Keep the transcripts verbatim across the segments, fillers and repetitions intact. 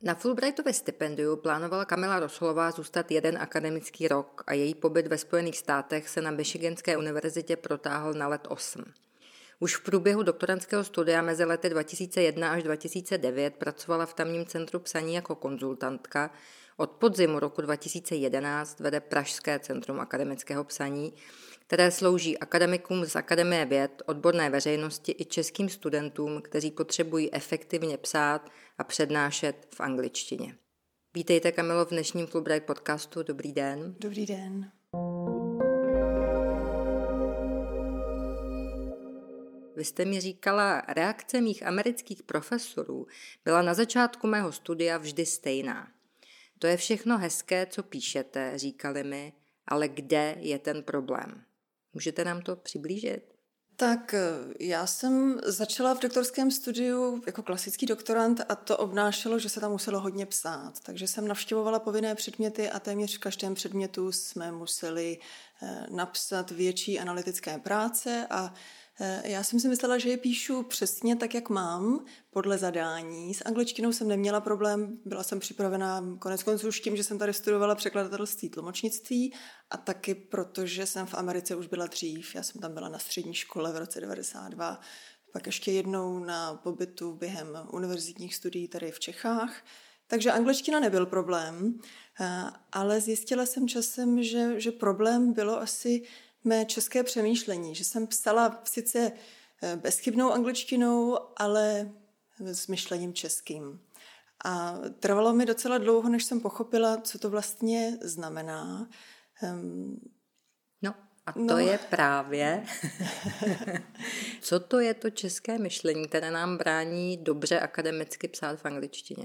Na Fulbrightově stipendiu plánovala Kamila Rosholová zůstat jeden akademický rok a její pobyt ve Spojených státech se na Michiganské univerzitě protáhl na let osm. Už v průběhu doktorandského studia mezi lety dva tisíce jedna až dva tisíce devět pracovala v tamním centru psaní jako konzultantka. Od podzimu roku dva tisíce jedenáct vede Pražské centrum akademického psaní, které slouží akademikům z Akademie věd, odborné veřejnosti i českým studentům, kteří potřebují efektivně psát a přednášet v angličtině. Vítejte, Kamilo, v dnešním Fulbright podcastu. Dobrý den. Dobrý den. Vy jste mi říkala, reakce mých amerických profesorů byla na začátku mého studia vždy stejná. To je všechno hezké, co píšete, říkali mi, ale kde je ten problém? Můžete nám to přiblížit? Tak já jsem začala v doktorském studiu jako klasický doktorant a to obnášelo, že se tam muselo hodně psát. Takže jsem navštěvovala povinné předměty a téměř v každém předmětu jsme museli napsat větší analytické práce a já jsem si myslela, že je píšu přesně tak, jak mám, podle zadání. S angličtinou jsem neměla problém, byla jsem připravená konec konců už tím, že jsem tady studovala překladatelství, tlumočnictví a taky protože jsem v Americe už byla dřív. Já jsem tam byla na střední škole v roce devadesát dva, pak ještě jednou na pobytu během univerzitních studií tady v Čechách. Takže angličtina nebyl problém, ale zjistila jsem časem, že, že problém bylo asi mé české přemýšlení, že jsem psala sice bezchybnou angličtinou, ale s myšlením českým. A trvalo mi docela dlouho, než jsem pochopila, co to vlastně znamená. No a to no. je právě, co to je to české myšlení, které nám brání dobře akademicky psát v angličtině?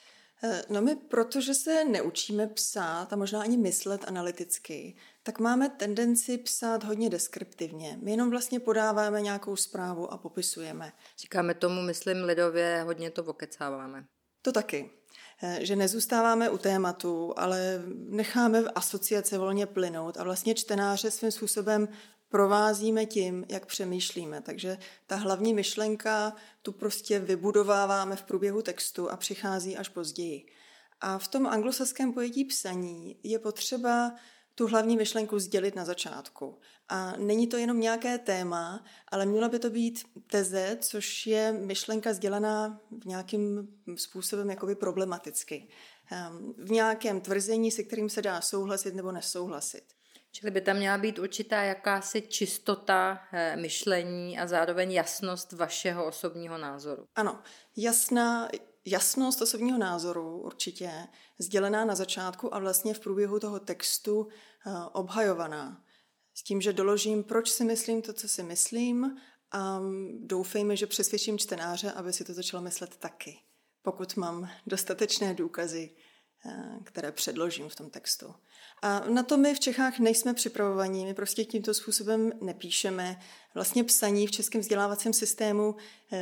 No my, protože se neučíme psát a možná ani myslet analyticky, tak máme tendenci psát hodně deskriptivně. My jenom vlastně podáváme nějakou zprávu a popisujeme. Říkáme tomu, myslím lidově, hodně to okecáváme. To taky. Že nezůstáváme u tématu, ale necháme asociace volně plynout a vlastně čtenáře svým způsobem provázíme tím, jak přemýšlíme. Takže ta hlavní myšlenka tu prostě vybudováváme v průběhu textu a přichází až později. A v tom anglosaském pojetí psaní je potřeba tu hlavní myšlenku sdělit na začátku. A není to jenom nějaké téma, ale měla by to být teze, což je myšlenka sdělená v nějakým způsobem jakoby problematicky. V nějakém tvrzení, se kterým se dá souhlasit nebo nesouhlasit. Čili by tam měla být určitá jakási čistota myšlení a zároveň jasnost vašeho osobního názoru. Ano, jasná, jasnost osobního názoru určitě, sdělená na začátku a vlastně v průběhu toho textu obhajovaná. S tím, že doložím, proč si myslím to, co si myslím a doufejme, že přesvědčím čtenáře, aby si to začalo myslet taky, pokud mám dostatečné důkazy, které předložím v tom textu. A na to my v Čechách nejsme připravovaní, my prostě tímto způsobem nepíšeme. Vlastně psaní v českém vzdělávacím systému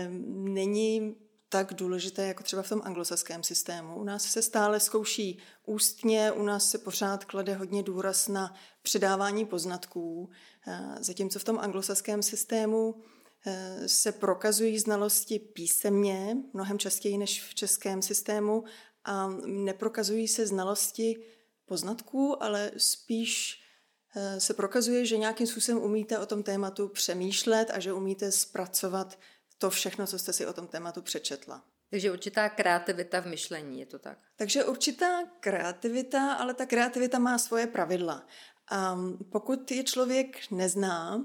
není tak důležité, jako třeba v tom anglosaském systému. U nás se stále zkouší ústně, u nás se pořád klade hodně důraz na předávání poznatků, zatímco v tom anglosaském systému se prokazují znalosti písemně, mnohem častěji než v českém systému, a neprokazují se znalosti poznatků, ale spíš se prokazuje, že nějakým způsobem umíte o tom tématu přemýšlet a že umíte zpracovat to všechno, co jste si o tom tématu přečetla. Takže určitá kreativita v myšlení, je to tak? Takže určitá kreativita, ale ta kreativita má svoje pravidla. A pokud je člověk nezná,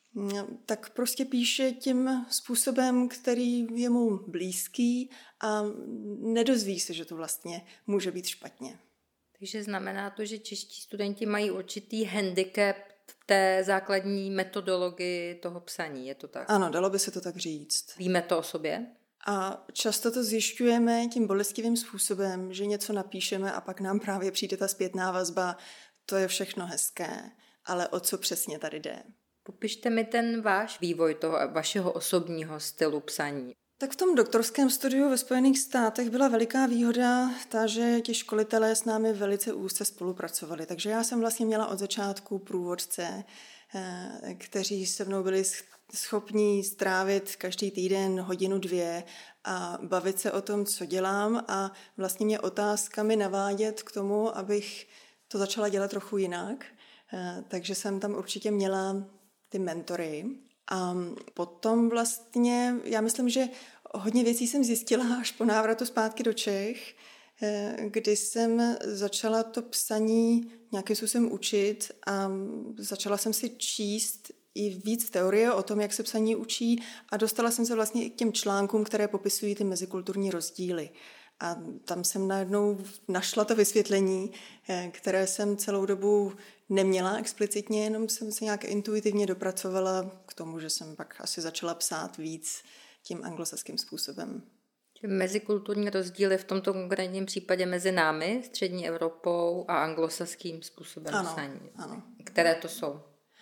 tak prostě píše tím způsobem, který je mu blízký a nedozví se, že to vlastně může být špatně. Takže znamená to, že čeští studenti mají určitý handicap v té základní metodologii toho psaní, je to tak? Ano, dalo by se to tak říct. Víme to o sobě? A často to zjišťujeme tím bolestivým způsobem, že něco napíšeme a pak nám právě přijde ta zpětná vazba, to je všechno hezké, ale o co přesně tady jde? Popište mi ten váš vývoj toho vašeho osobního stylu psaní. Tak v tom doktorském studiu ve Spojených státech byla veliká výhoda ta, že ti školitelé s námi velice úzce spolupracovali. Takže já jsem vlastně měla od začátku průvodce, kteří se mnou byli schopní strávit každý týden hodinu, dvě a bavit se o tom, co dělám a vlastně mě otázkami navádět k tomu, abych to začala dělat trochu jinak. Takže jsem tam určitě měla ty mentory. A potom vlastně, já myslím, že hodně věcí jsem zjistila až po návratu zpátky do Čech, kdy jsem začala to psaní nějakým způsobem učit a začala jsem si číst i víc teorie o tom, jak se psaní učí a dostala jsem se vlastně i k těm článkům, které popisují ty mezikulturní rozdíly. A tam jsem najednou našla to vysvětlení, které jsem celou dobu neměla explicitně, jenom jsem se nějak intuitivně dopracovala k tomu, že jsem pak asi začala psát víc tím anglosaským způsobem. Mezikulturní rozdíly v tomto konkrétním případě mezi námi, střední Evropou a anglosaským způsobem ano, psaní. Ano. Které to jsou?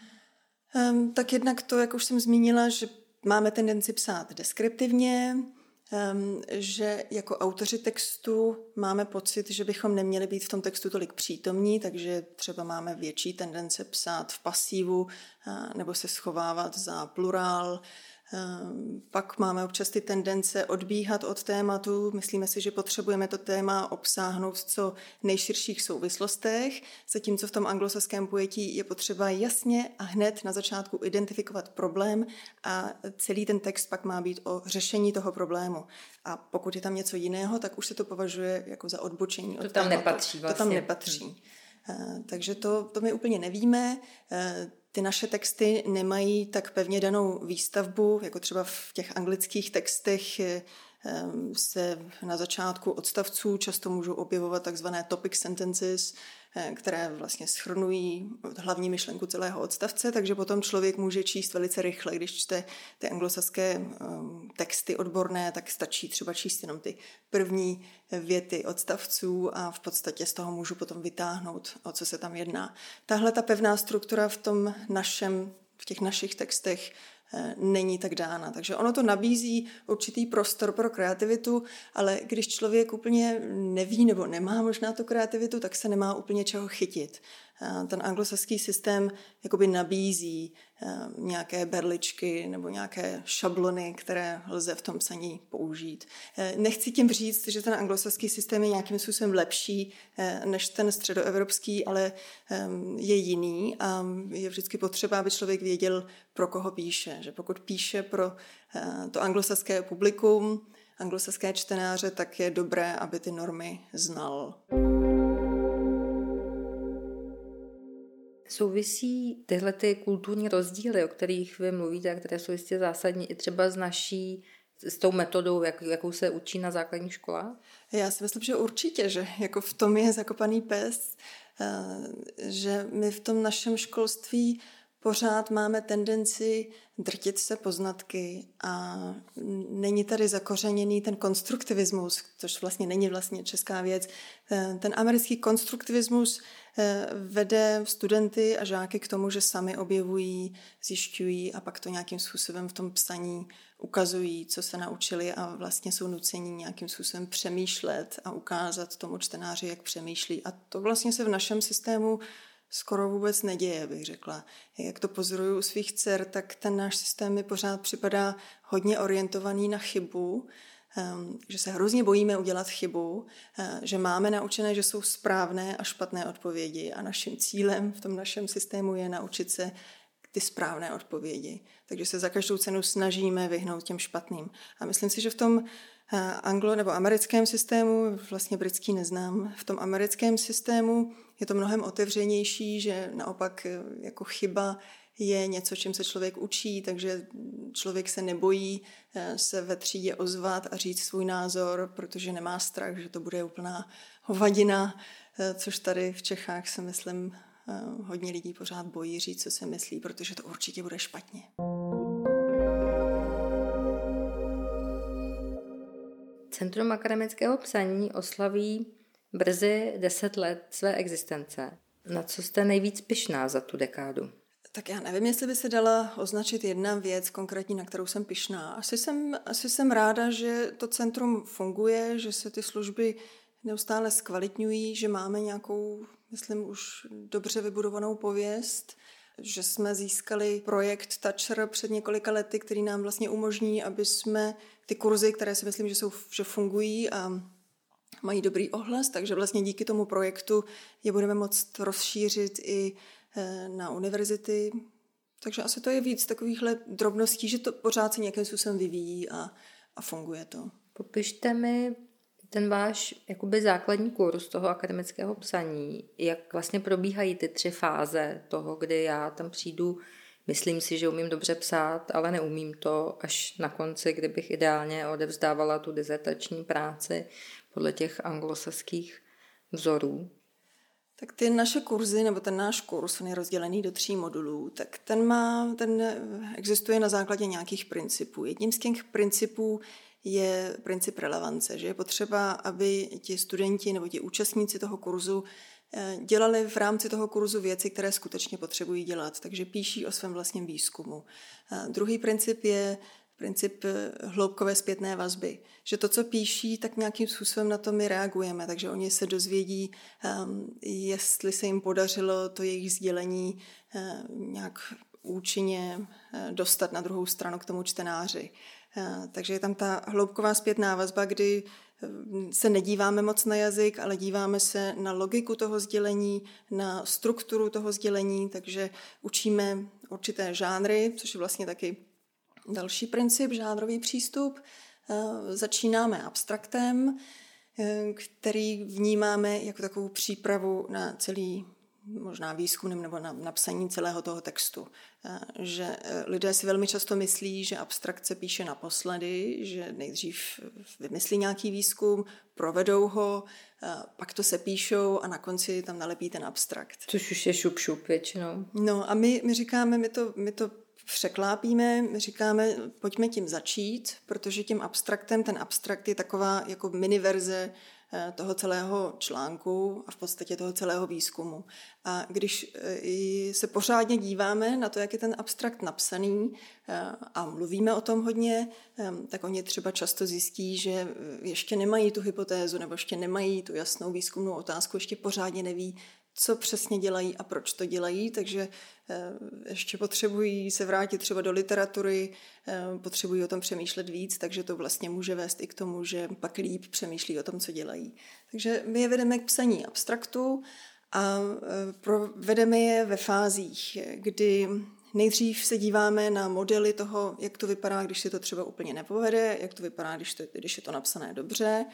Um, tak jednak to, jak už jsem zmínila, že máme tendenci psát deskriptivně, um, že jako autoři textu máme pocit, že bychom neměli být v tom textu tolik přítomní, takže třeba máme větší tendence psát v pasívu uh, nebo se schovávat za plurál. Pak máme občas ty tendence odbíhat od tématu. Myslíme si, že potřebujeme to téma obsáhnout v co nejširších souvislostech, zatímco v tom anglosaském pojetí je potřeba jasně a hned na začátku identifikovat problém a celý ten text pak má být o řešení toho problému. A pokud je tam něco jiného, tak už se to považuje jako za odbočení to od tam tématu. Nepatří vlastně. To tam nepatří. Takže to, to my úplně nevíme. Ty naše texty nemají tak pevně danou výstavbu, jako třeba v těch anglických textech se na začátku odstavců často můžou objevovat takzvané topic sentences, které vlastně shrnují hlavní myšlenku celého odstavce, takže potom člověk může číst velice rychle. Když čte ty anglosaské texty odborné, tak stačí třeba číst jenom ty první věty odstavců a v podstatě z toho můžu potom vytáhnout, o co se tam jedná. Tahle ta pevná struktura v tom našem, v těch našich textech není tak dána. Takže ono to nabízí určitý prostor pro kreativitu, ale když člověk úplně neví nebo nemá možná tu kreativitu, tak se nemá úplně čeho chytit. Ten anglosaský systém jakoby nabízí nějaké berličky nebo nějaké šablony, které lze v tom psaní použít. Nechci tím říct, že ten anglosaský systém je nějakým způsobem lepší než ten středoevropský, ale je jiný a je vždycky potřeba, aby člověk věděl, pro koho píše. Že pokud píše pro to anglosaské publikum, anglosaské čtenáře, tak je dobré, aby ty normy znal. Souvisí tyhle ty kulturní rozdíly, o kterých vy mluvíte a které jsou jistě zásadní i třeba s naší, s tou metodou, jak, jakou se učí na základních školách? Já si myslím, že určitě, že jako v tom je zakopaný pes, že my v tom našem školství pořád máme tendenci drtit se poznatky a není tady zakořeněný ten konstruktivismus, což vlastně není vlastně česká věc. Ten americký konstruktivismus vede studenty a žáky k tomu, že sami objevují, zjišťují a pak to nějakým způsobem v tom psaní ukazují, co se naučili a vlastně jsou nuceni nějakým způsobem přemýšlet a ukázat tomu čtenáři, jak přemýšlí. A to vlastně se v našem systému skoro vůbec neděje, bych řekla. Jak to pozoruju u svých dcer, tak ten náš systém mi pořád připadá hodně orientovaný na chybu, že se hrozně bojíme udělat chybu, že máme naučené, že jsou správné a špatné odpovědi a naším cílem v tom našem systému je naučit se ty správné odpovědi. Takže se za každou cenu snažíme vyhnout těm špatným. A myslím si, že v tom anglo- nebo americkém systému, vlastně britský neznám, v tom americkém systému je to mnohem otevřenější, že naopak jako chyba je něco, čím se člověk učí, takže člověk se nebojí se ve třídě ozvat a říct svůj názor, protože nemá strach, že to bude úplná hovadina, což tady v Čechách se myslím hodně lidí pořád bojí říct, co se myslí, protože to určitě bude špatně. Centrum akademického psaní oslaví brzy deset let své existence. Na co jste nejvíc pyšná za tu dekádu? Tak já nevím, jestli by se dala označit jedna věc konkrétní, na kterou jsem pyšná. Asi jsem, asi jsem ráda, že to centrum funguje, že se ty služby neustále zkvalitňují, že máme nějakou, myslím, už dobře vybudovanou pověst že jsme získali projekt Toucher před několika lety, který nám vlastně umožní, aby jsme ty kurzy, které si myslím, že, jsou, že fungují a mají dobrý ohlas, takže vlastně díky tomu projektu je budeme moct rozšířit i na univerzity. Takže asi to je víc takovýchhle drobností, že to pořád se nějakým způsobem vyvíjí a, a funguje to. Popište mi ten váš jakoby základní kurz toho akademického psaní, jak vlastně probíhají ty tři fáze toho, kdy já tam přijdu, myslím si, že umím dobře psát, ale neumím to, až na konci, kdybych ideálně odevzdávala tu dizertační práci podle těch anglosaských vzorů. Tak ty naše kurzy, nebo ten náš kurz, on je rozdělený do tří modulů, tak ten má, ten existuje na základě nějakých principů. Jedním z těch principů je princip relevance, že je potřeba, aby ti studenti nebo ti účastníci toho kurzu dělali v rámci toho kurzu věci, které skutečně potřebují dělat, takže píší o svém vlastním výzkumu. A druhý princip je princip hloubkové zpětné vazby, že to, co píší, tak nějakým způsobem na to my reagujeme, takže oni se dozvědí, jestli se jim podařilo to jejich sdělení nějak účinně dostat na druhou stranu k tomu čtenáři. Takže je tam ta hloubková zpětná vazba, kdy se nedíváme moc na jazyk, ale díváme se na logiku toho sdělení, na strukturu toho sdělení, takže učíme určité žánry, což je vlastně taky další princip, žánrový přístup. Začínáme abstraktem, který vnímáme jako takovou přípravu na celý možná výzkum nebo na napsaní celého toho textu. Že lidé si velmi často myslí, že abstrakt se píše naposledy, že nejdřív vymyslí nějaký výzkum, provedou ho, pak to se píšou a na konci tam nalepí ten abstrakt. Což už je šup šup většinou. No a my, my říkáme, my to, my to překlápíme, my říkáme, pojďme tím začít, protože tím abstraktem, ten abstrakt je taková jako miniverze toho celého článku a v podstatě toho celého výzkumu. A když se pořádně díváme na to, jak je ten abstrakt napsaný a mluvíme o tom hodně, tak oni třeba často zjistí, že ještě nemají tu hypotézu nebo ještě nemají tu jasnou výzkumnou otázku, ještě pořádně neví, co přesně dělají a proč to dělají, takže ještě potřebují se vrátit třeba do literatury, potřebují o tom přemýšlet víc, takže to vlastně může vést i k tomu, že pak líp přemýšlí o tom, co dělají. Takže my je vedeme k psaní abstraktu a vedeme je ve fázích, kdy nejdřív se díváme na modely toho, jak to vypadá, když se to třeba úplně nepovede, jak to vypadá, když, to, když je to napsané dobře.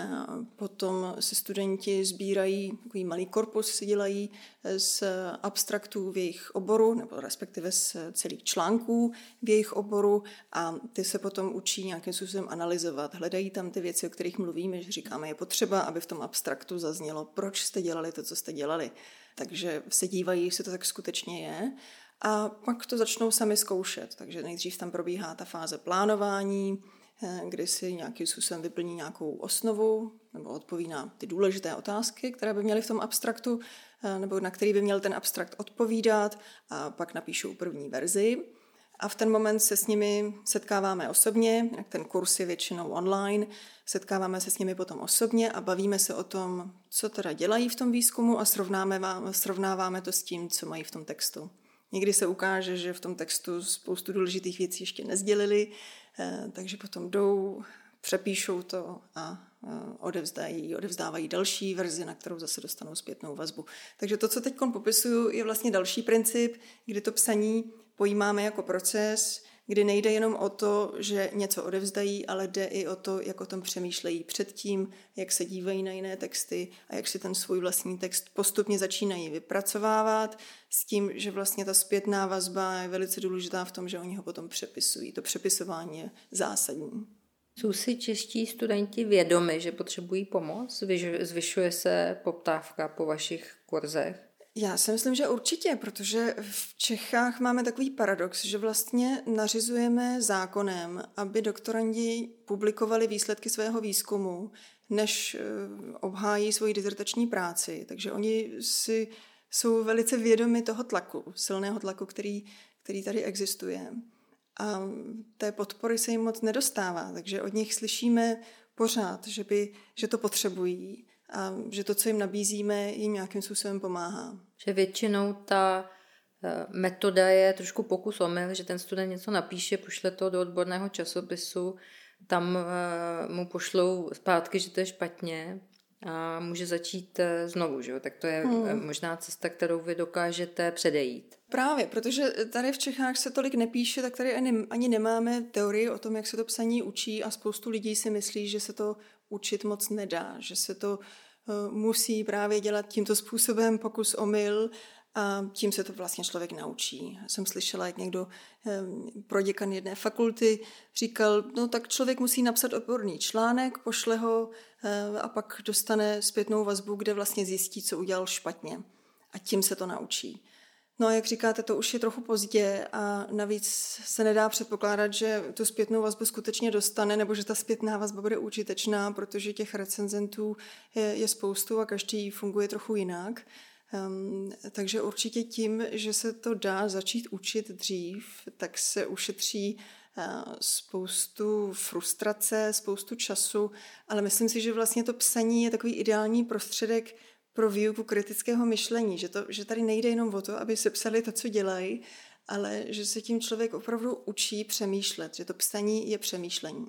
Potom se studenti sbírají, takový malý korpus si dělají z abstraktů v jejich oboru, nebo respektive z celých článků v jejich oboru a ty se potom učí nějakým způsobem analyzovat. Hledají tam ty věci, o kterých mluvíme, že říkáme, je potřeba, aby v tom abstraktu zaznělo, proč jste dělali to, co jste dělali. Takže se dívají, jestli to tak skutečně je. A pak to začnou sami zkoušet. Takže nejdřív tam probíhá ta fáze plánování, kdy si nějakým způsobem vyplní nějakou osnovu nebo odpoví na ty důležité otázky, které by měly v tom abstraktu, nebo na který by měl ten abstrakt odpovídat a pak napíšou první verzi. A v ten moment se s nimi setkáváme osobně, jak ten kurz je většinou online, setkáváme se s nimi potom osobně a bavíme se o tom, co teda dělají v tom výzkumu a srovnáváme, srovnáváme to s tím, co mají v tom textu. Někdy se ukáže, že v tom textu spoustu důležitých věcí ještě nezdělili, takže potom jdou, přepíšou to a odevzdají, odevzdávají další verzi, na kterou zase dostanou zpětnou vazbu. Takže to, co teď popisuju, je vlastně další princip, kdy to psaní pojímáme jako proces, kdy nejde jenom o to, že něco odevzdají, ale jde i o to, jak o tom přemýšlejí předtím, jak se dívají na jiné texty a jak si ten svůj vlastní text postupně začínají vypracovávat s tím, že vlastně ta zpětná vazba je velice důležitá v tom, že oni ho potom přepisují. To přepisování je zásadní. Jsou si čeští studenti vědomi, že potřebují pomoc? Zvyšuje se poptávka po vašich kurzech? Já si myslím, že určitě, protože v Čechách máme takový paradox, že vlastně nařizujeme zákonem, aby doktorandi publikovali výsledky svého výzkumu, než obhájí svoji dizertační práci. Takže oni si jsou velice vědomi toho tlaku, silného tlaku, který, který tady existuje. A té podpory se jim moc nedostává, takže od nich slyšíme pořád, že, by, že to potřebují a že to, co jim nabízíme, jim nějakým způsobem pomáhá. Že většinou ta Metoda je trošku pokus omyl, že ten student něco napíše, pošle to do odborného časopisu, tam mu pošlou zpátky, že to je špatně a může začít znovu, že jo? Tak to je hmm. možná cesta, kterou vy dokážete předejít. Právě, protože tady v Čechách se tolik nepíše, tak tady ani, ani nemáme teorii o tom, jak se to psaní učí a spoustu lidí si myslí, že se to učit moc nedá, že se to uh, musí právě dělat tímto způsobem, pokus omyl, a tím se to vlastně člověk naučí. Jsem slyšela, jak někdo proděkan jedné fakulty říkal, no tak člověk musí napsat odborný článek, pošle ho a pak dostane zpětnou vazbu, kde vlastně zjistí, co udělal špatně. A tím se to naučí. No a jak říkáte, to už je trochu pozdě a navíc se nedá předpokládat, že tu zpětnou vazbu skutečně dostane, nebo že ta zpětná vazba bude užitečná, protože těch recenzentů je, je spoustu a každý funguje trochu jinak. Um, takže určitě tím, že se to dá začít učit dřív, tak se ušetří uh, spoustu frustrace, spoustu času, ale myslím si, že vlastně to psaní je takový ideální prostředek pro výuku kritického myšlení, že, to, že tady nejde jenom o to, aby se psali to, co dělají, ale že se tím člověk opravdu učí přemýšlet, že to psaní je přemýšlení.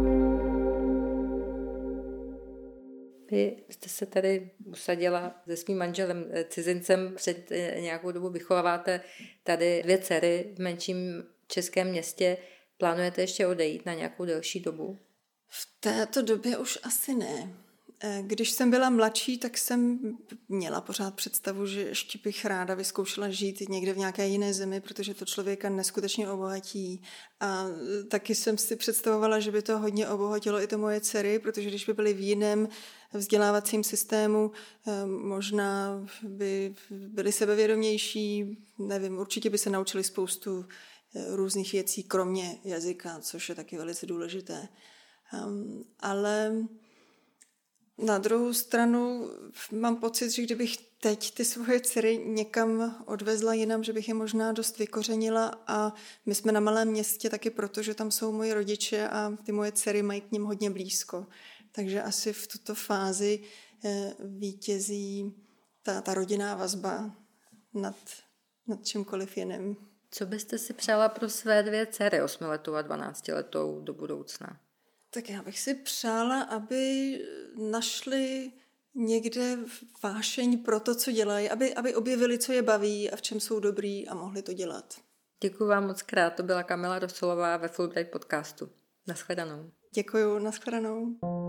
Vy jste se tady usadila se svým manželem cizincem, před nějakou dobu vychováváte tady dvě dcery v menším českém městě. Plánujete ještě odejít na nějakou delší dobu? V této době už asi ne. Když jsem byla mladší, tak jsem měla pořád představu, že ještě bych ráda vyzkoušela žít někde v nějaké jiné zemi, protože to člověka neskutečně obohatí. A taky jsem si představovala, že by to hodně obohatilo i to moje dcery, protože když by byly v jiném vzdělávacím systému, možná by byly sebevědomější, nevím, určitě by se naučili spoustu různých věcí, kromě jazyka, což je taky velice důležité. Ale na druhou stranu mám pocit, že kdybych teď ty svoje dcery někam odvezla jinam, že bych je možná dost vykořenila a my jsme na malém městě taky proto, že tam jsou moji rodiče a ty moje dcery mají k nim hodně blízko. Takže asi v tuto fázi vítězí ta, ta rodinná vazba nad, nad čímkoliv jiným. Co byste si přála pro své dvě dcery, osmiletou a dvanáctiletou, do budoucna? Tak já bych si přála, aby našli někde vášeň pro to, co dělají, aby, aby objevili, co je baví a v čem jsou dobrý a mohli to dělat. Děkuji vám moc krát, to byla Kamila Rosolová ve Fulbright podcastu. Naschledanou. Děkuji, naschledanou.